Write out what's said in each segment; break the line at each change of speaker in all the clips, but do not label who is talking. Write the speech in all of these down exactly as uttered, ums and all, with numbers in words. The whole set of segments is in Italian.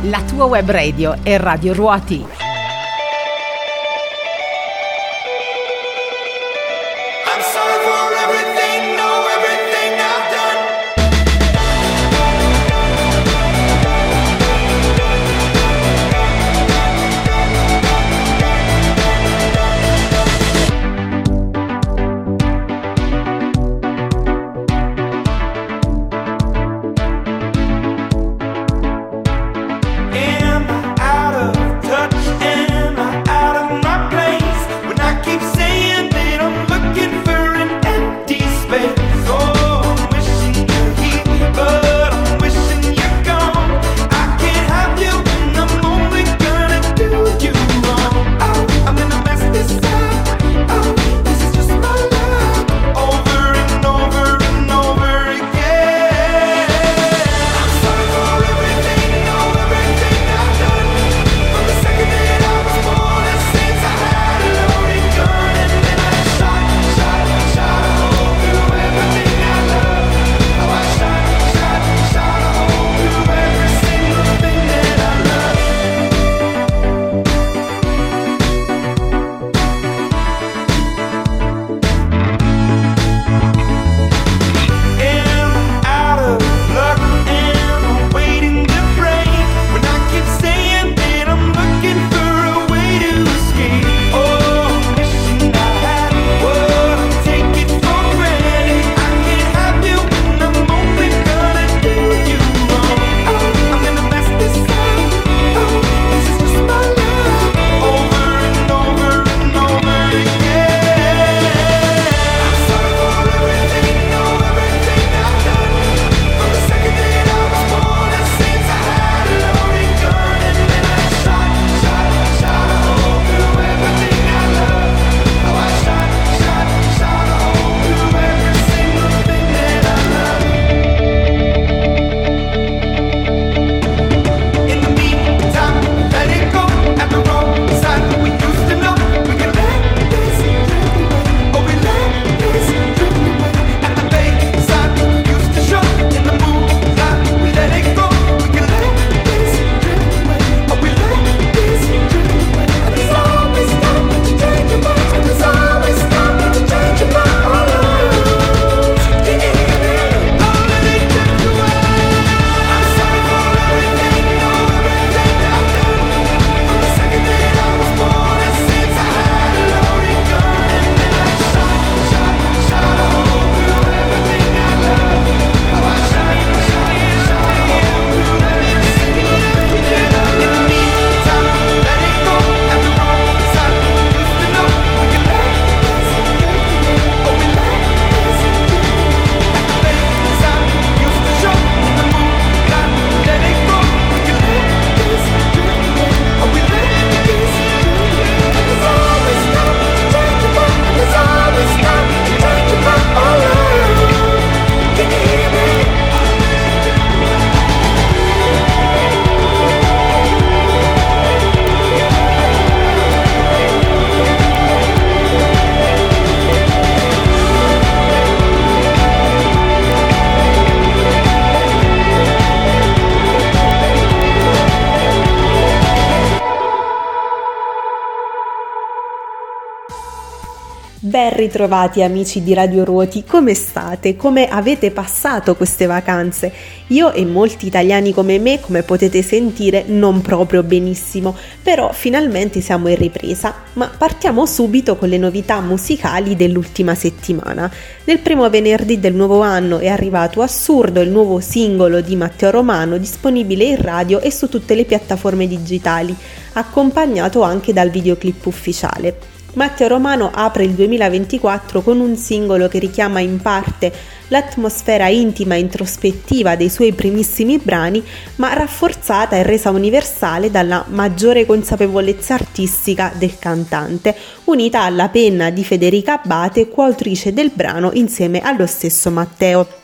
La tua web radio è Radio Ruoti.
Ben ritrovati amici di Radio Ruoti, come state? Come avete passato queste vacanze? Io e molti italiani come me, come potete sentire, non proprio benissimo, però finalmente siamo in ripresa. Ma partiamo subito con le novità musicali dell'ultima settimana. Nel primo venerdì del nuovo anno è arrivato Assurdo, il nuovo singolo di Matteo Romano, disponibile in radio e su tutte le piattaforme digitali, accompagnato anche dal videoclip ufficiale. Matteo Romano apre il duemilaventiquattro con un singolo che richiama in parte l'atmosfera intima e introspettiva dei suoi primissimi brani, ma rafforzata e resa universale dalla maggiore consapevolezza artistica del cantante, unita alla penna di Federica Abbate, coautrice del brano insieme allo stesso Matteo.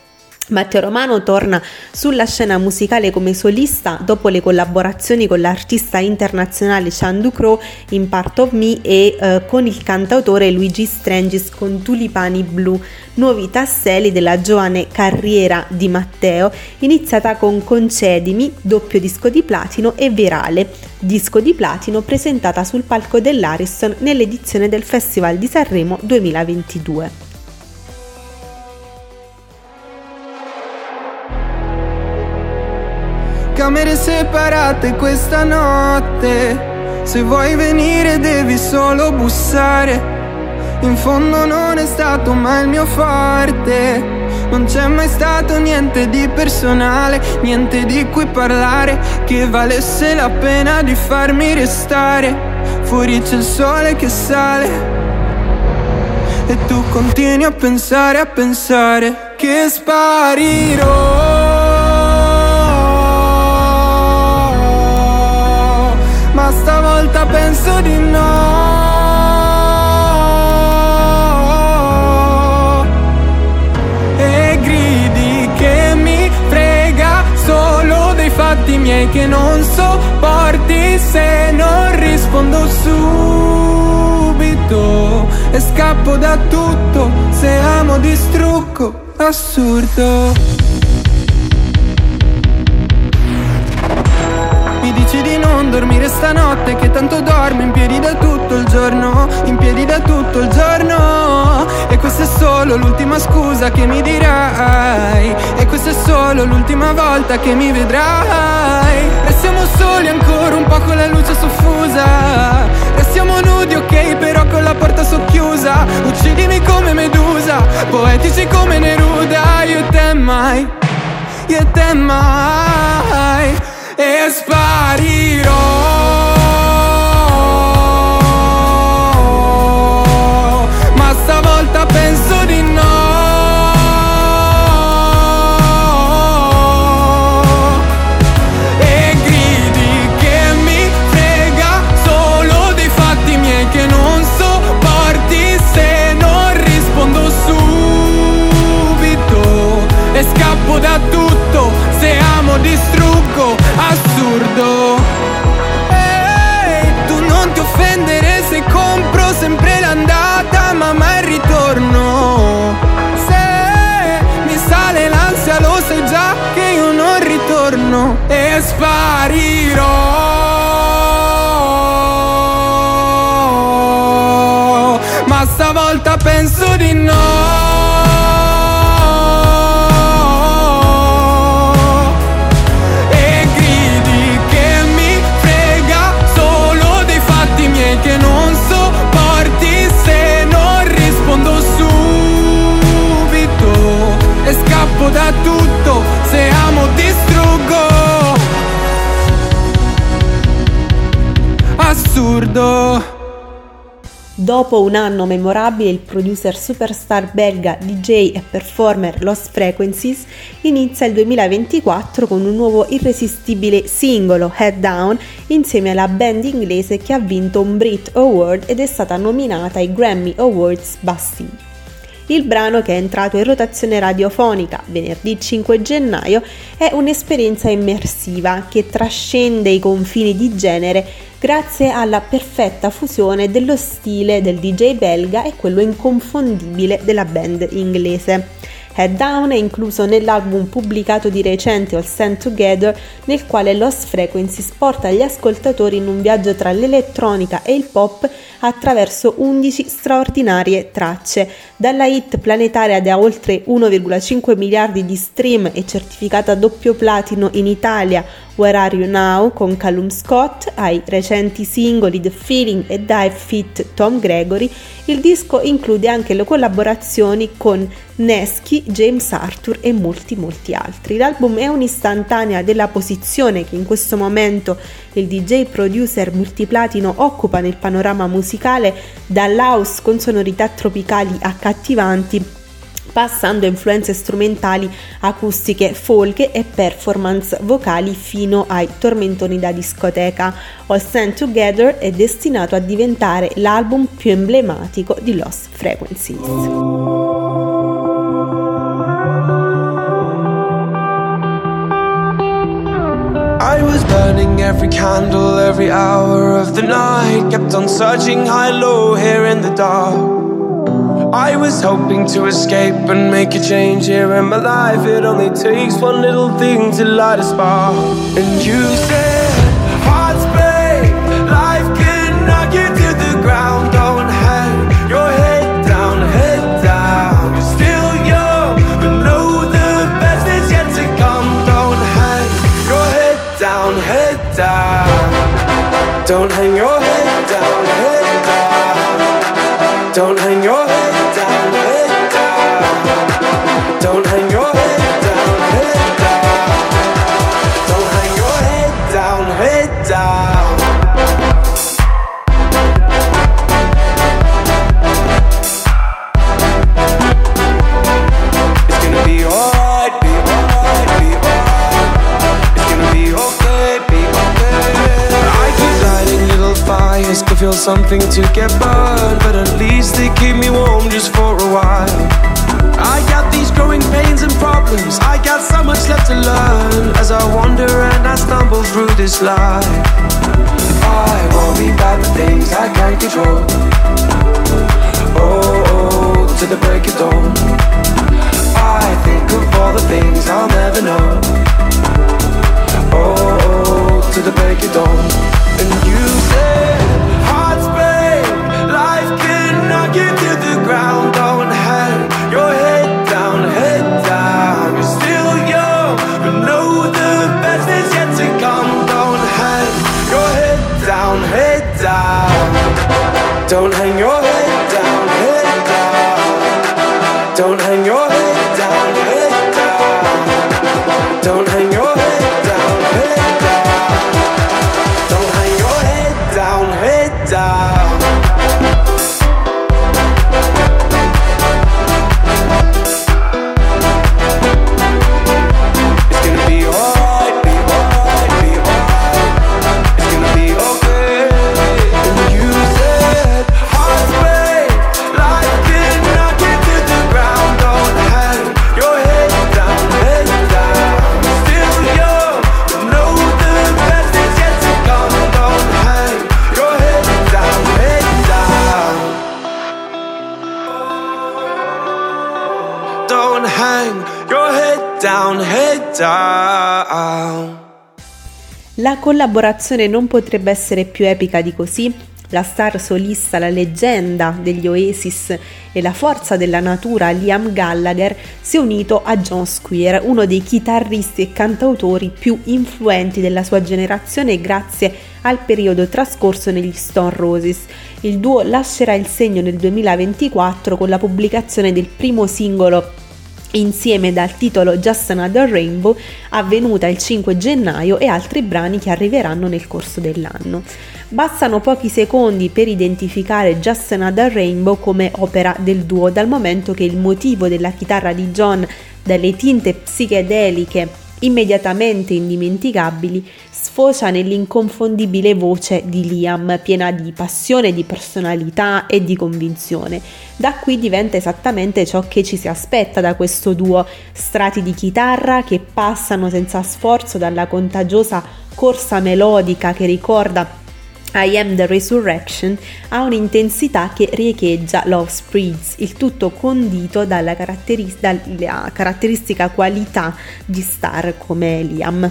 Matteo Romano torna sulla scena musicale come solista dopo le collaborazioni con l'artista internazionale Chandu Crow in Part of Me e eh, con il cantautore Luigi Strangis con Tulipani Blu, nuovi tasselli della giovane carriera di Matteo, iniziata con Concedimi, doppio disco di platino, e Virale, disco di platino presentata sul palco dell'Ariston nell'edizione del Festival di Sanremo duemilaventidue.
Camere separate questa notte, se vuoi venire devi solo bussare. In fondo non è stato mai il mio forte, non c'è mai stato niente di personale, niente di cui parlare che valesse la pena di farmi restare. Fuori c'è il sole che sale e tu continui a pensare, a pensare che sparirò. Ma stavolta penso di no. E gridi che mi frega solo dei fatti miei che non sopporti se non rispondo subito. E scappo da tutto se amo di strucco assurdo. Mi dici di non dormire stanotte, che tanto dormo in piedi da tutto il giorno, in piedi da tutto il giorno. E questa è solo l'ultima scusa che mi dirai, e questa è solo l'ultima volta che mi vedrai. Restiamo soli ancora un po' con la luce soffusa, restiamo nudi ok però con la porta socchiusa. Uccidimi come Medusa, poetici come Neruda. Io e te mai, io e te mai. E sparirò. Ma stavolta penso di no. E gridi che mi frega solo dei fatti miei che non sopporti se non rispondo subito. E scappo da tutto se amo distruggo assurdo. Ehi, tu non ti offendere se compro sempre l'andata ma mai il ritorno. Se mi sale l'ansia lo sai già che io non ritorno. E sparirò. Ma stavolta penso di no. Che non sopporti se non rispondo subito. E scappo da tutto se amo distruggo assurdo.
Dopo un anno memorabile, il producer superstar belga, D J e performer Lost Frequencies inizia il duemilaventiquattro con un nuovo irresistibile singolo, Head Down, insieme alla band inglese che ha vinto un Brit Award ed è stata nominata ai Grammy Awards Bastille. Il brano, che è entrato in rotazione radiofonica venerdì cinque gennaio, è un'esperienza immersiva che trascende i confini di genere grazie alla perfetta fusione dello stile del D J belga e quello inconfondibile della band inglese. Head Down è incluso nell'album pubblicato di recente All Stand Together, nel quale Lost Frequencies porta gli ascoltatori in un viaggio tra l'elettronica e il pop attraverso undici straordinarie tracce, dalla hit planetaria da oltre uno virgola cinque miliardi di stream e certificata doppio platino in Italia Where Are You Now con Callum Scott, ai recenti singoli The Feeling e Dive Fit Tom Gregory. Il disco include anche le collaborazioni con Nesky, James Arthur e molti molti altri. L'album è un'istantanea della posizione che in questo momento il D J producer multiplatino occupa nel panorama musicale, dall'house con sonorità tropicali accattivanti, passando a influenze strumentali, acustiche, folk e performance vocali fino ai tormentoni da discoteca. All Stand Together è destinato a diventare l'album più emblematico di Lost Frequencies.
was burning every candle, every hour of the night. Kept on searching high-low here in the dark. I was hoping to escape and make a change here in my life. It only takes one little thing to light a spark. And you said, hearts break, life can knock you to the ground. Don't hang your head down, head down. You're still young, but know the best is yet to come. Don't hang your head down, head down. Don't hang your head down, head down. Don't hang your head. Don't hang your head down, head down. Don't hang your head down, head down. It's gonna be alright, be alright, be alright. It's gonna be okay, be okay. I keep lighting little fires to feel something to get burned, but at least they keep me warm just for a while. I got these growing pains and problems. I got so much left to learn as I wander and I stumble through this life. I worry about the things I can't control. Oh, oh, to the break of dawn. I think of all the things I'll never know. Oh, oh, to the break of dawn. And you said, hearts break, life can knock you to the ground. Don't hang your head down, head down. You're still young, but know the best is yet to come. Don't hang your head down, head down. Don't hang your head down, head down. Don't hang your head down, head down. Don't hang your head down, head down. Don't hang your head down, head down. Down, head down.
La collaborazione non potrebbe essere più epica di così. La star solista, la leggenda degli Oasis e la forza della natura Liam Gallagher si è unito a John Squire, uno dei chitarristi e cantautori più influenti della sua generazione grazie al periodo trascorso negli Stone Roses. Il duo lascerà il segno nel duemilaventiquattro con la pubblicazione del primo singolo insieme dal titolo Just Another Rainbow, avvenuta il cinque gennaio, e altri brani che arriveranno nel corso dell'anno. Bastano pochi secondi per identificare Just Another Rainbow come opera del duo, dal momento che il motivo della chitarra di John, dalle tinte psichedeliche immediatamente indimenticabili, sfocia nell'inconfondibile voce di Liam, piena di passione, di personalità e di convinzione. Da qui diventa esattamente ciò che ci si aspetta da questo duo: strati di chitarra che passano senza sforzo dalla contagiosa corsa melodica che ricorda I Am the Resurrection a un'intensità che riecheggia Love Spreads, il tutto condito dalla, caratteris- dalla caratteristica qualità di star come Liam.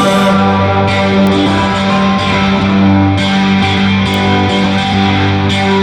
Another rainbow.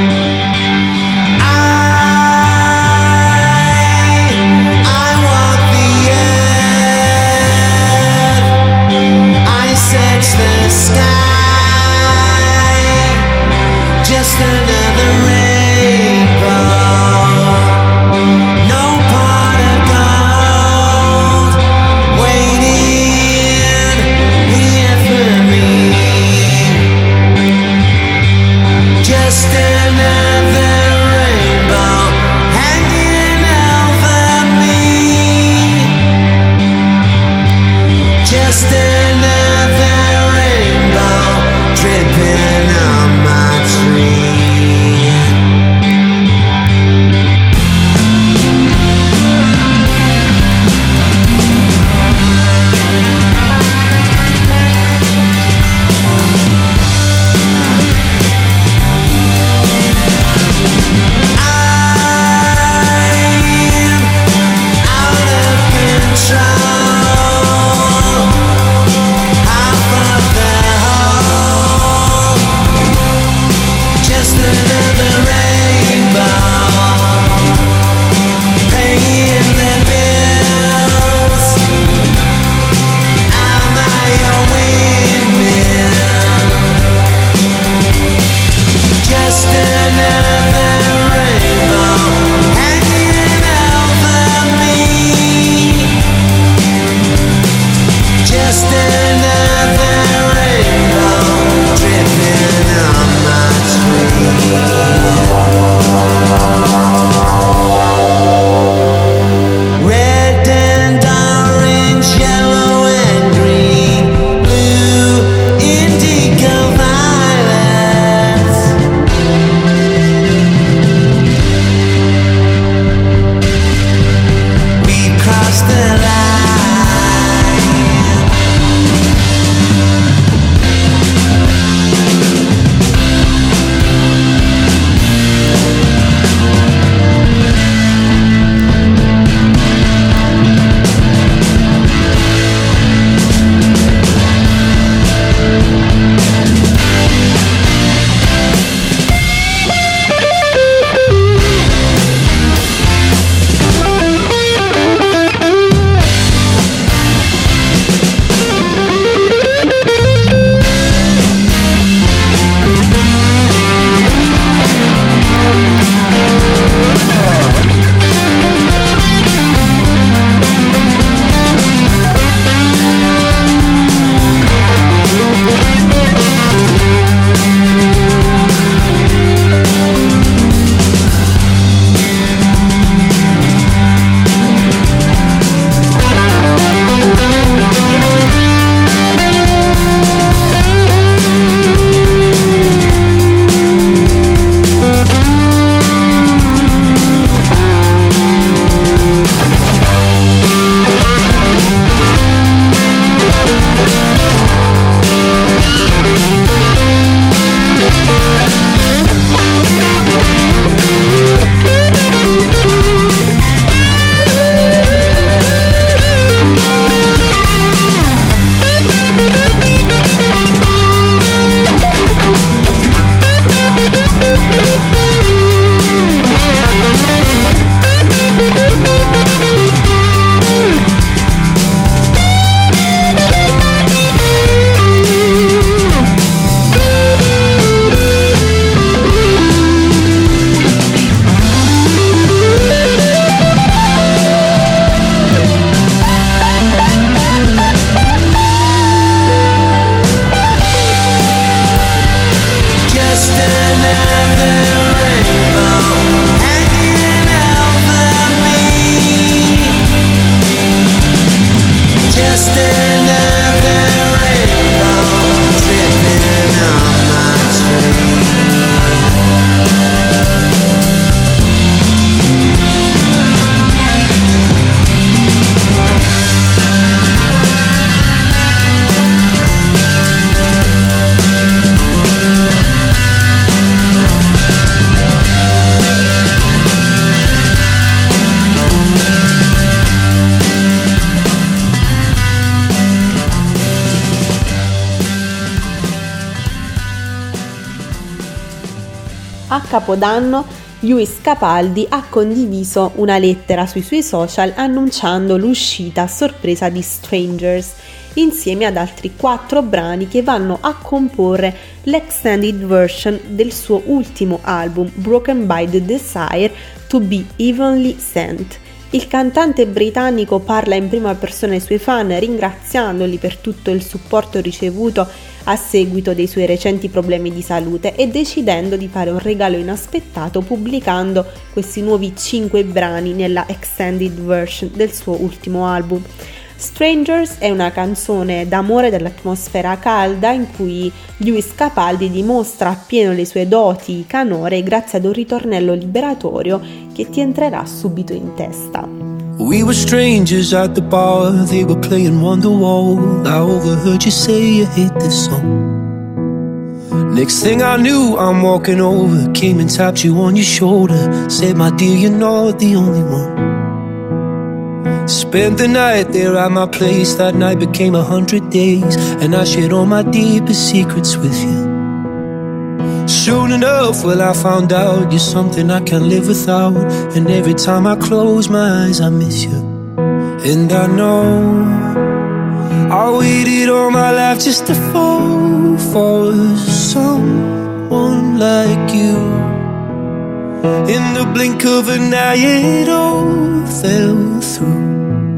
A Capodanno Lewis Capaldi ha condiviso una lettera sui suoi social annunciando l'uscita a sorpresa di Strangers, insieme ad altri quattro brani che vanno a comporre l'extended version del suo ultimo album Broken by the Desire to be Evenly Sent. Il cantante britannico parla in prima persona ai suoi fan, ringraziandoli per tutto il supporto ricevuto a seguito dei suoi recenti problemi di salute e decidendo di fare un regalo inaspettato pubblicando questi nuovi cinque brani nella extended version del suo ultimo album. Strangers è una canzone d'amore dell'atmosfera calda in cui Lewis Capaldi dimostra appieno le sue doti canore grazie ad un ritornello liberatorio che ti entrerà subito in testa.
We were strangers at the bar, they were playing Wonderwall. I overheard you say you hate this song. Next thing I knew, I'm walking over, came and tapped you on your shoulder, said, my dear, you're not the only one. Spent the night there at my place, that night became a hundred days, and I shared all my deepest secrets with you. Soon enough, well, I found out you're something I can't live without, and every time I close my eyes I miss you. And I know I waited all my life just to fall for someone like you. In the blink of an eye it all fell through.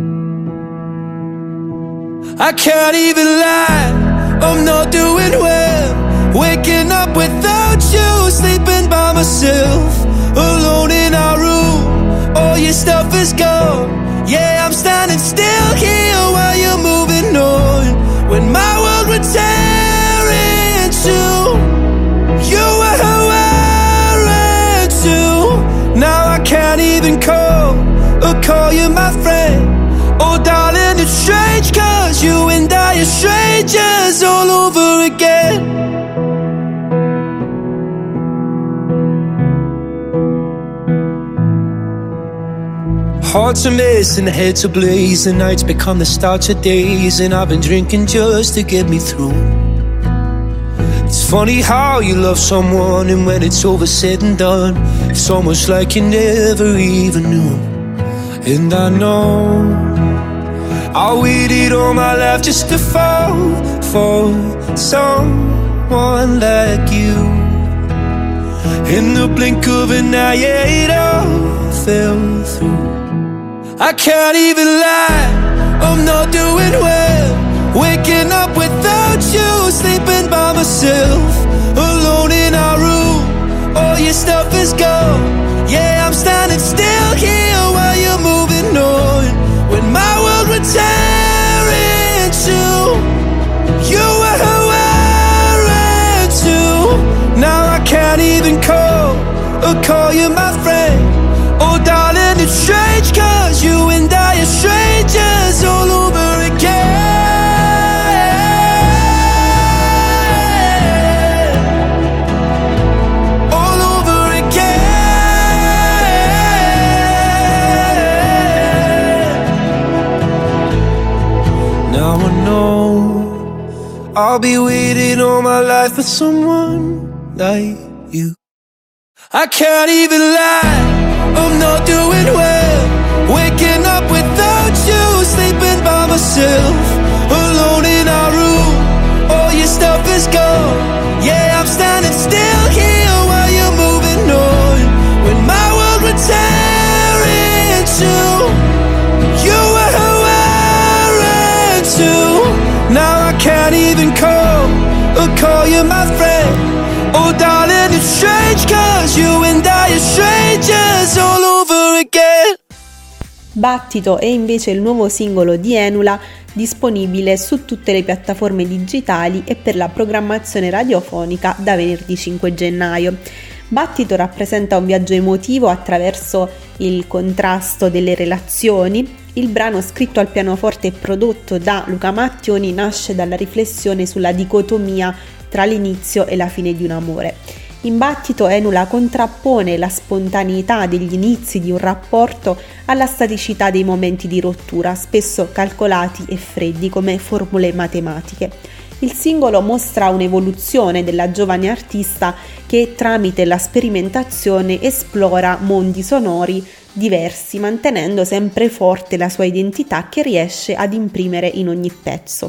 I can't even lie, I'm not doing well, waking up without you, sleeping by myself, alone in our room, all your stuff is gone. Yeah, I'm standing still here while you're moving on, when my world would tear into you were wearing too. Now I can't even call or call you my friend. Oh darling, it's strange, cause you and I are strangers all over again. Hearts are missing, heads are blazing, nights become the start of days, and I've been drinking just to get me through. It's funny how you love someone, and when it's over said and done, it's almost like you never even knew. And I know I waited all my life just to fall for someone like you. In the blink of an eye, it all fell through. I can't even lie, I'm not doing well, waking up without you, sleeping by myself, alone in our room, all your stuff is gone. Yeah, I'm standing still here while you're moving on, when my world would tear into you were wearing too. Now I can't even call or call you my friend. Oh darling, it's strange, cause you and I are strangers all over again. All over again. Now I know I'll be waiting all my life for someone like you. I can't even lie, I'm not doing well, waking up without you, sleeping by myself, alone in our room, all your stuff is gone. Yeah, I'm standing still here while you're moving on, when my world would tear into you were wearing too. Now I can't even call or call you my friend. Oh darling, it's strange, cause you and I are strangers all over again.
Battito è invece il nuovo singolo di Enula, disponibile su tutte le piattaforme digitali e per la programmazione radiofonica da venerdì cinque gennaio. Battito rappresenta un viaggio emotivo attraverso il contrasto delle relazioni. Il brano, scritto al pianoforte e prodotto da Luca Mattioni, nasce dalla riflessione sulla dicotomia tra l'inizio e la fine di un amore. In Battito Enula contrappone la spontaneità degli inizi di un rapporto alla staticità dei momenti di rottura, spesso calcolati e freddi come formule matematiche. Il singolo mostra un'evoluzione della giovane artista che tramite la sperimentazione esplora mondi sonori diversi, mantenendo sempre forte la sua identità che riesce ad imprimere in ogni pezzo.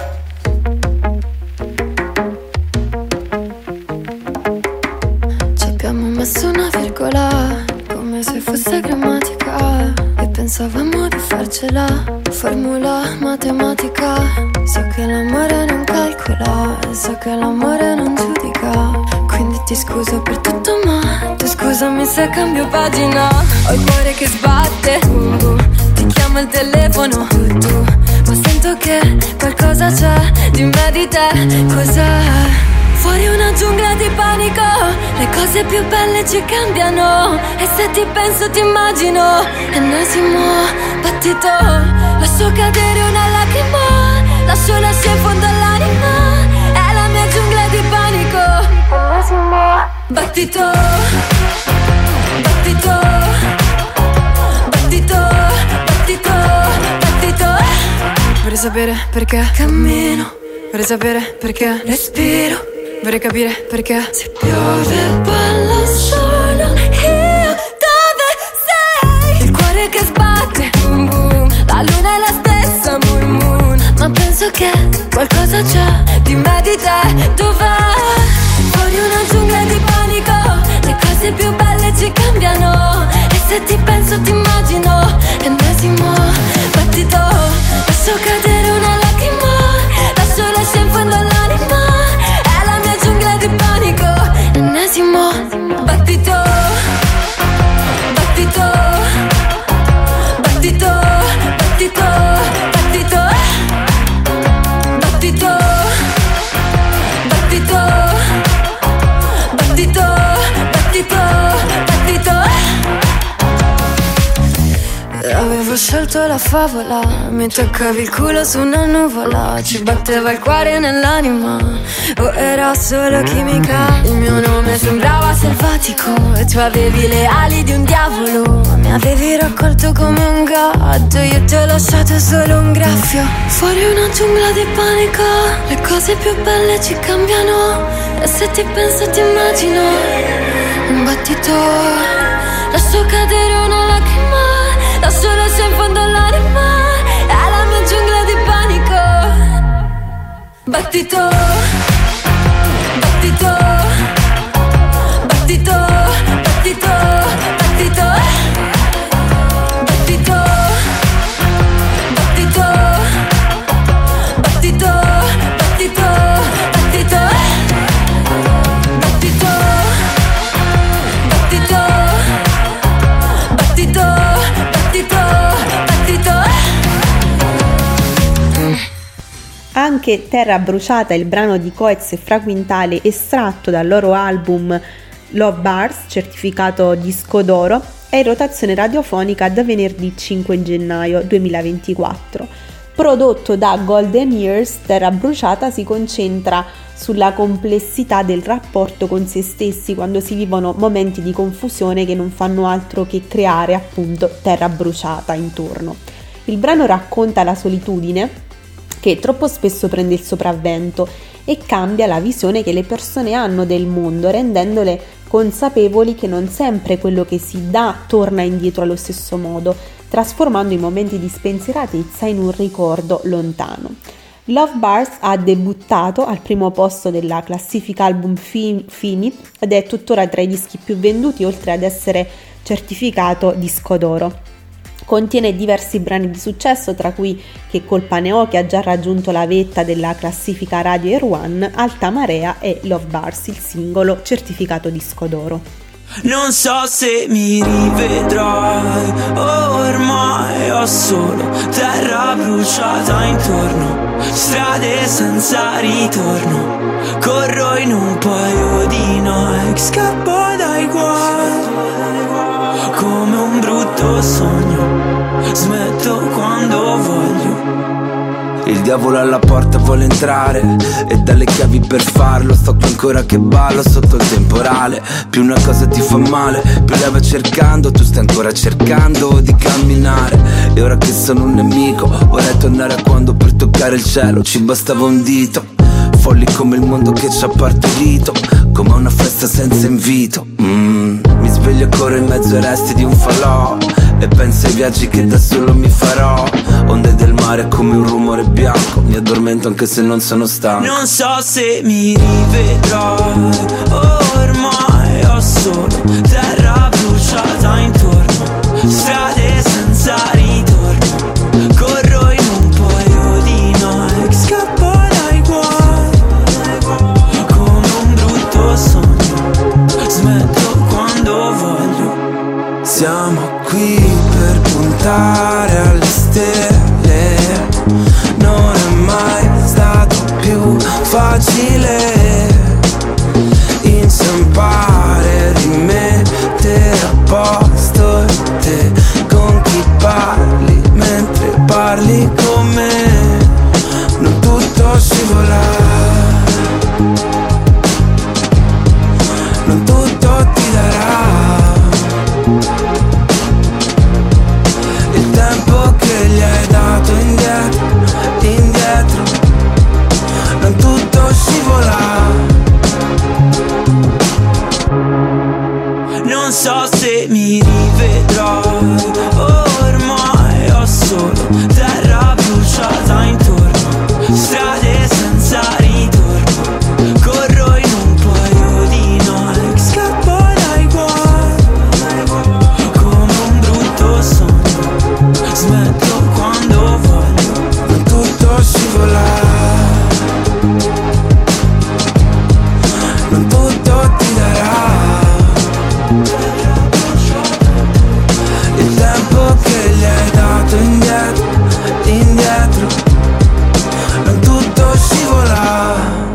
Ci abbiamo messo una virgola, come se fosse grammatica, e pensavamo di farcela, formula matematica. So che l'amore non calcola, so che l'amore non giudica, quindi ti scuso per tutto, ma tu scusami se cambio pagina. Ho il cuore che sbatte, uh, uh, ti chiamo il telefono, tu, tu, ma sento che qualcosa c'è di me di te. Cos'è? Fuori una giungla di panico, le cose più belle ci cambiano, e se ti penso ti immagino. Ennesimo battito, lascio cadere una lacrima, lascio lasciare in fondo all'anima, è la mia giungla di panico. Ennesimo battito, battito, battito, battito, battito. Vorrei sapere perché cammino, vorrei sapere perché respiro, vorrei capire perché se piove ballo solo io. Dove sei? Il cuore che sbatte, boom boom, la luna è la stessa, moon moon, ma penso che qualcosa c'è di me di te. Dov'è? Fuori una giungla di panico, le cose più belle ci cambiano, e se ti penso ti immagino. Ennesimo battito, lascio cadere una lacrima, lascio lasciare in fondo all'anima, è la mia giungla di panico. Ennesimo battito, battito, battito, battito, battito, battito, battito, battito, battito, battito. Avevo scelto la favola, mi toccavi il culo su una nuvola, ci batteva il cuore nell'anima, o era solo chimica. Il mio nome sembrava selvatico e tu avevi le ali di un diavolo, mi avevi raccolto come un gatto, io ti ho lasciato solo un graffio. Fuori una giungla di panico, le cose più belle ci cambiano, e se ti penso ti immagino. Un battito, lascio cadere una lacrima, lascio lasciare in fondo all'anima, è la mia giungla di panico. Battito, battito, battito, battito, battito, battito, battito, battito, battito, battito, battito, battito, battito, battito.
Anche Terra bruciata, il brano di Coez e Fra Quintale estratto dal loro album Love Bars, certificato disco d'oro, è in rotazione radiofonica da venerdì cinque gennaio duemilaventiquattro. Prodotto da Golden Years, Terra bruciata si concentra sulla complessità del rapporto con se stessi quando si vivono momenti di confusione che non fanno altro che creare appunto terra bruciata intorno. Il brano racconta la solitudine che troppo spesso prende il sopravvento e cambia la visione che le persone hanno del mondo, rendendole consapevoli che non sempre quello che si dà torna indietro allo stesso modo, trasformando i momenti di spensieratezza in un ricordo lontano. Love Bars ha debuttato al primo posto della classifica album Fini ed è tuttora tra i dischi più venduti, oltre ad essere certificato disco d'oro. Contiene diversi brani di successo, tra cui Che colpa ne ho, che ha già raggiunto la vetta della classifica Radio Air One, Alta Marea e Love Bars, il singolo certificato disco d'oro.
Non so se mi rivedrai, ormai ho solo terra bruciata intorno, strade senza ritorno, corro in un paio di Nike, scappo dai guai, come un brutto sogno, smetto quando voglio. Il diavolo alla porta vuole entrare e dalle chiavi per farlo. Sto qui ancora che ballo sotto il temporale. Più una cosa ti fa male, più la vai cercando. Tu stai ancora cercando di camminare. E ora che sono un nemico vorrei tornare a quando per toccare il cielo ci bastava un dito. folli come il mondo che ci ha partorito, come una festa senza invito. mm. Mi sveglio e corro in mezzo ai resti di un falò e penso ai viaggi che da solo mi farò. Onde del mare come un rumore bianco, mi addormento anche se non sono stanco.
Non so se mi rivedrai, ormai ho solo terra bruciata intorno, strade senza ritorno, corro in un paio di Nike, scappo dai guai come un brutto sogno, smetto quando voglio.
Siamo qui per puntare alle stelle, non è mai stato più facile inciampare, rimettere a posto te con chi parli mentre parli con me. Non tutto scivola, non tutto ti darà il tempo che gli hai dato indietro, indietro. Non tutto scivola.
Non so se mi rivedrai, ormai ho solo terra bruciata intorno, strade senza ritorno, corro in un paio di Nike, scappo dai guai come un brutto sogno, smetto quando voglio.
Non tutto scivola, non tutto ti darà il tempo che gli hai dato indietro, indietro. Non tutto scivola.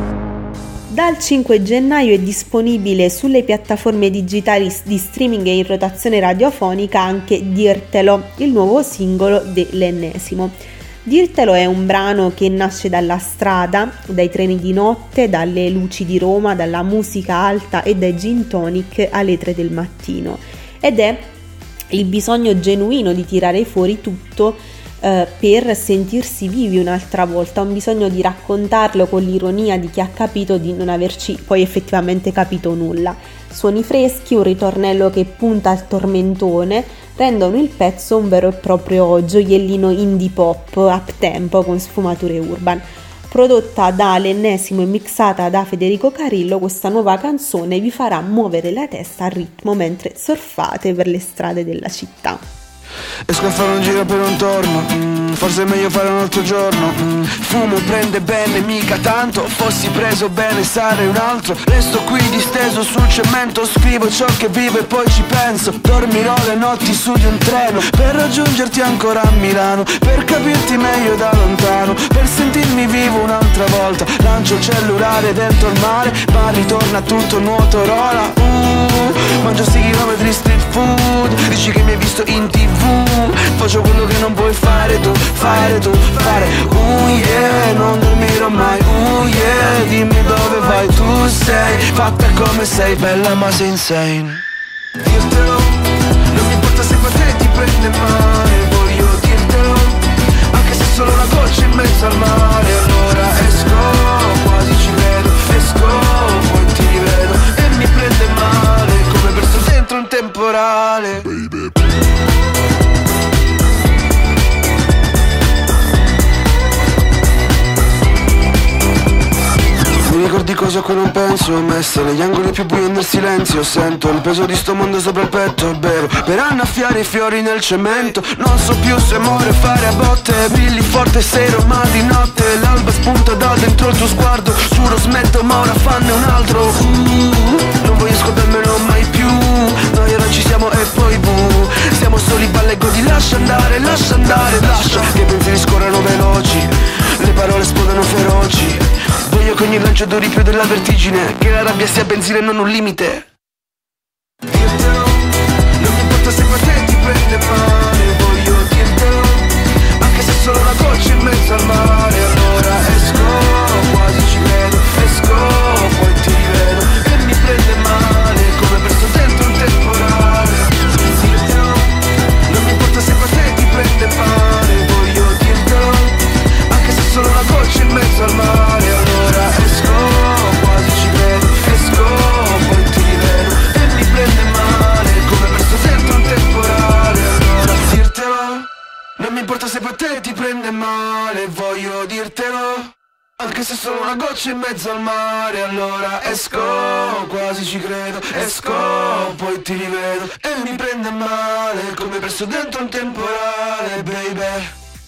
Dal cinque gennaio è disponibile sulle piattaforme digitali di streaming e in rotazione radiofonica anche Dirtelo, il nuovo singolo dell'Ennesimo. Dirtelo è un brano che nasce dalla strada, dai treni di notte, dalle luci di Roma, dalla musica alta e dai gin tonic alle tre del mattino, ed è il bisogno genuino di tirare fuori tutto eh, per sentirsi vivi un'altra volta, un bisogno di raccontarlo con l'ironia di chi ha capito di non averci poi effettivamente capito nulla. Suoni freschi, un ritornello che punta al tormentone rendono il pezzo un vero e proprio gioiellino indie pop up tempo con sfumature urban. Prodotta da L'Ennesimo e mixata da Federico Carillo, questa nuova canzone vi farà muovere la testa al ritmo mentre surfate per le strade della città.
Esco a fare un giro per un torno, mm, forse è meglio fare un altro giorno. mm. Fumo prende bene, mica tanto. Fossi preso bene sarei un altro. Resto qui disteso sul cemento, scrivo ciò che vivo e poi ci penso. Dormirò le notti su di un treno per raggiungerti ancora a Milano, per capirti meglio da lontano, per sentirmi vivo un'altra volta. Lancio il cellulare dentro il mare, ma ritorna tutto nuoto rola. uh, Mangio sti chilometri street food, dici che mi hai visto in tv. Faccio quello che non puoi fare tu, fare tu, fare. Uh yeah, non dormirò mai. Uh yeah, dimmi dove vai, tu sei fatta come sei, bella ma sei insane. Dirtelo, non mi importa se per te ti prende male, voglio dirtelo, anche se solo una goccia in mezzo al mare. Allora esco, quasi ci vedo, esco, poi ti rivedo e mi prende male, come perso dentro un temporale. Baby. Mi ricordi cosa a cui non penso, messa negli angoli più bui nel silenzio. Sento il peso di sto mondo sopra il petto, è vero, per annaffiare i fiori nel cemento. Non so più se muore o fare a botte, brilli forte sero ma di notte. L'alba spunta da dentro il tuo sguardo, giuro smetto ma ora fanne un altro. uh, Non voglio scordarmelo mai più, noi ora ci siamo e poi buh. Siamo soli, balla e godi, lascia andare, lascia andare, lascia che i pensieri scorrano veloci, le parole esplodano feroci. Voglio che ogni lancio duri più della vertigine, che la rabbia sia benzina e non un limite. Dirtelo, non mi importa se per te ti prende male, voglio dirtelo, anche se solo una goccia in mezzo al mare. Allora esco, quasi ci vedo, esco, poi ti rivedo e mi prende male, come perso dentro un temporale. Dirtelo, non mi importa se per te ti prende male, voglio dirtelo, anche se solo una goccia in mezzo al mare. Allora esco, Anche se sono una goccia in mezzo al mare, allora esco, quasi ci credo, esco, poi ti rivedo e mi prende male, come perso dentro un temporale, baby.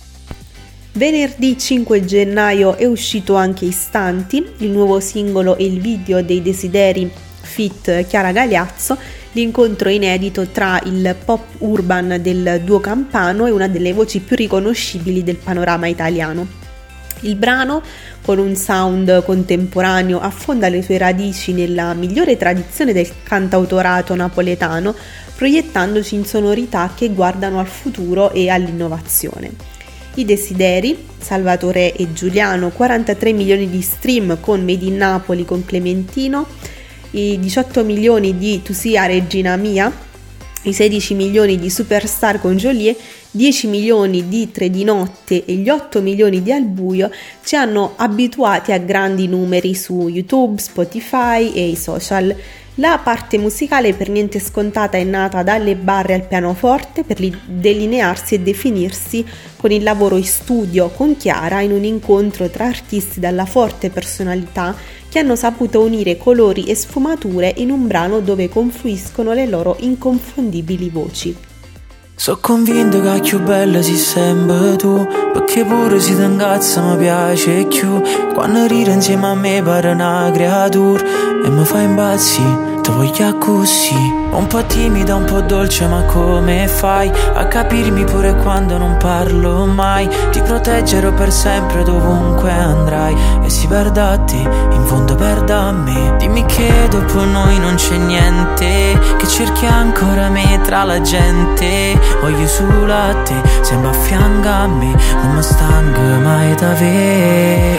Venerdì cinque gennaio è uscito anche Istanti, il nuovo singolo e il video dei Desideri feat Chiara Galeazzo, l'incontro inedito tra il pop urban del duo campano e una delle voci più riconoscibili del panorama italiano. Il brano, con un sound contemporaneo, affonda le sue radici nella migliore tradizione del cantautorato napoletano, proiettandoci in sonorità che guardano al futuro e all'innovazione. I Desideri, Salvatore e Giuliano, quarantatré milioni di stream con Made in Napoli con Clementino, i diciotto milioni di Tu sia regina mia, i sedici milioni di Superstar con Joliet, dieci milioni di Tre di notte e gli otto milioni di Al buio ci hanno abituati a grandi numeri su YouTube, Spotify e i social. La parte musicale per niente scontata è nata dalle barre al pianoforte per delinearsi e definirsi con il lavoro in studio con Chiara in un incontro tra artisti dalla forte personalità che hanno saputo unire colori e sfumature in un brano dove confluiscono le loro inconfondibili voci.
So convinto che più bella si sembra tu, perché pure si t'ingazza mi piace più. Quando ride insieme a me pare una creatura e mi fa impazzire, ti voglio così. Un po' timida, un po' dolce, ma come fai a capirmi pure quando non parlo mai? Ti proteggerò per sempre dovunque andrai, e si perda a te, in fondo perda a me. Dimmi che dopo noi non c'è niente, che cerchi ancora me tra la gente. Voglio solo a te, sembra a fianco a me, non mi stanco mai da te.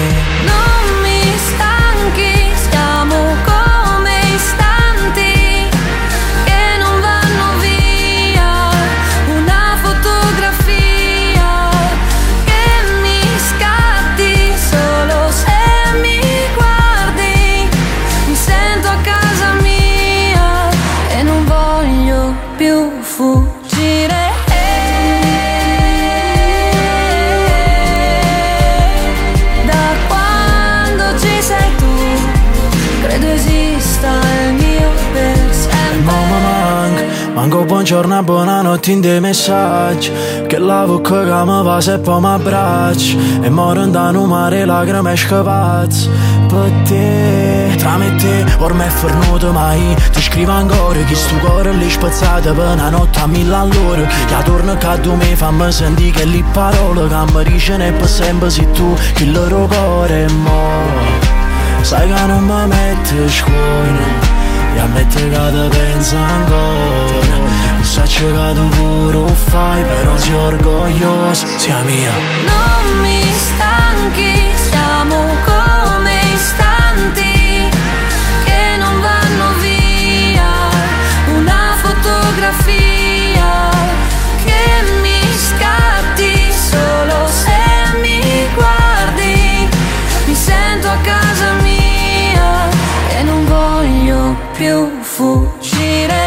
Non mi stanchi, siamo come istanti che non vanno via, una fotografia che mi scatti solo se mi guardi. Mi sento a casa mia e non voglio più fuggire.
Manco buongiorno, buonanotte in dei messaggi, che la bocca che mi va se poi mi abbraccia, e moro da un mare lacrime e scapazzi. Per te, tra me e te, ormai è fornuto mai. Ti scrivo ancora che sto cuore lì spazzato per una notte a mille all'ora. Che torno che tu mi fammi sentire che le parole che mi dicono per sempre sei tu, che il loro cuore è mo. Sai che non mi mette scuola e ammetto che te penso ancora. Non so che tu pure lo fai, però sei orgoglioso, sia mia.
Non mi stanchi, siamo come istanti che non vanno via, una fotografia che mi scatti solo se mi guardi. Mi sento a casa mia e non voglio più fuggire.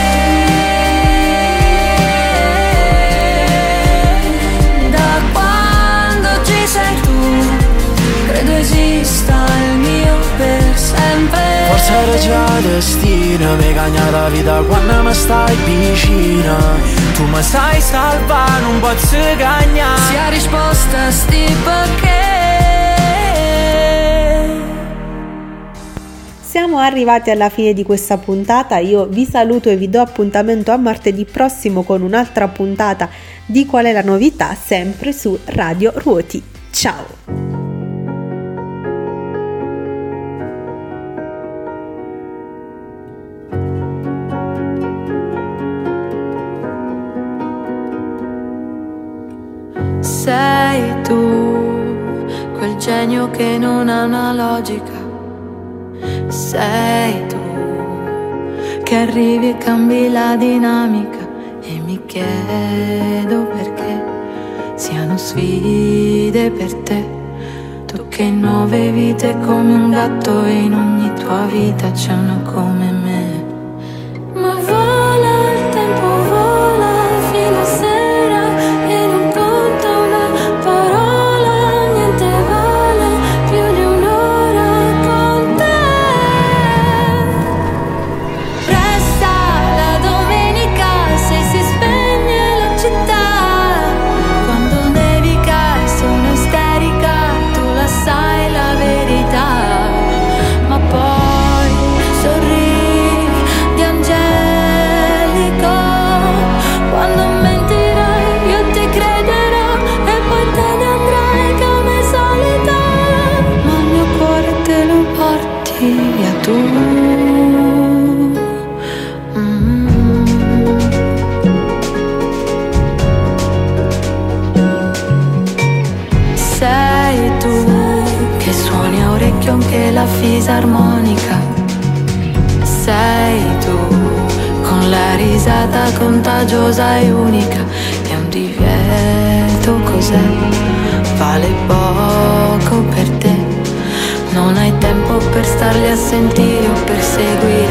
Da quando ci sei tu, credo esista il mio per sempre.
Forse era già destino, mi cagna la vita quando mi stai vicina. Tu mi stai salvando, non posso cagnare.
Sia risposta a sti perché.
Siamo arrivati alla fine di questa puntata, io vi saluto e vi do appuntamento a martedì prossimo con un'altra puntata di Qual è la novità, sempre su Radio Ruoti. Ciao!
Sei tu, quel genio che non ha una logica. Sei tu, che arrivi e cambi la dinamica. E mi chiedo perché siano sfide per te. Tu che in nove vite come un gatto, e in ogni tua vita c'è una come me. Ma vola il tempo, vola fino a sera, e non conta una parola, niente vale fisarmonica. Sei tu, con la risata contagiosa e unica. È un divieto, cos'è? Vale poco per te. Non hai tempo per starli a sentire o per seguire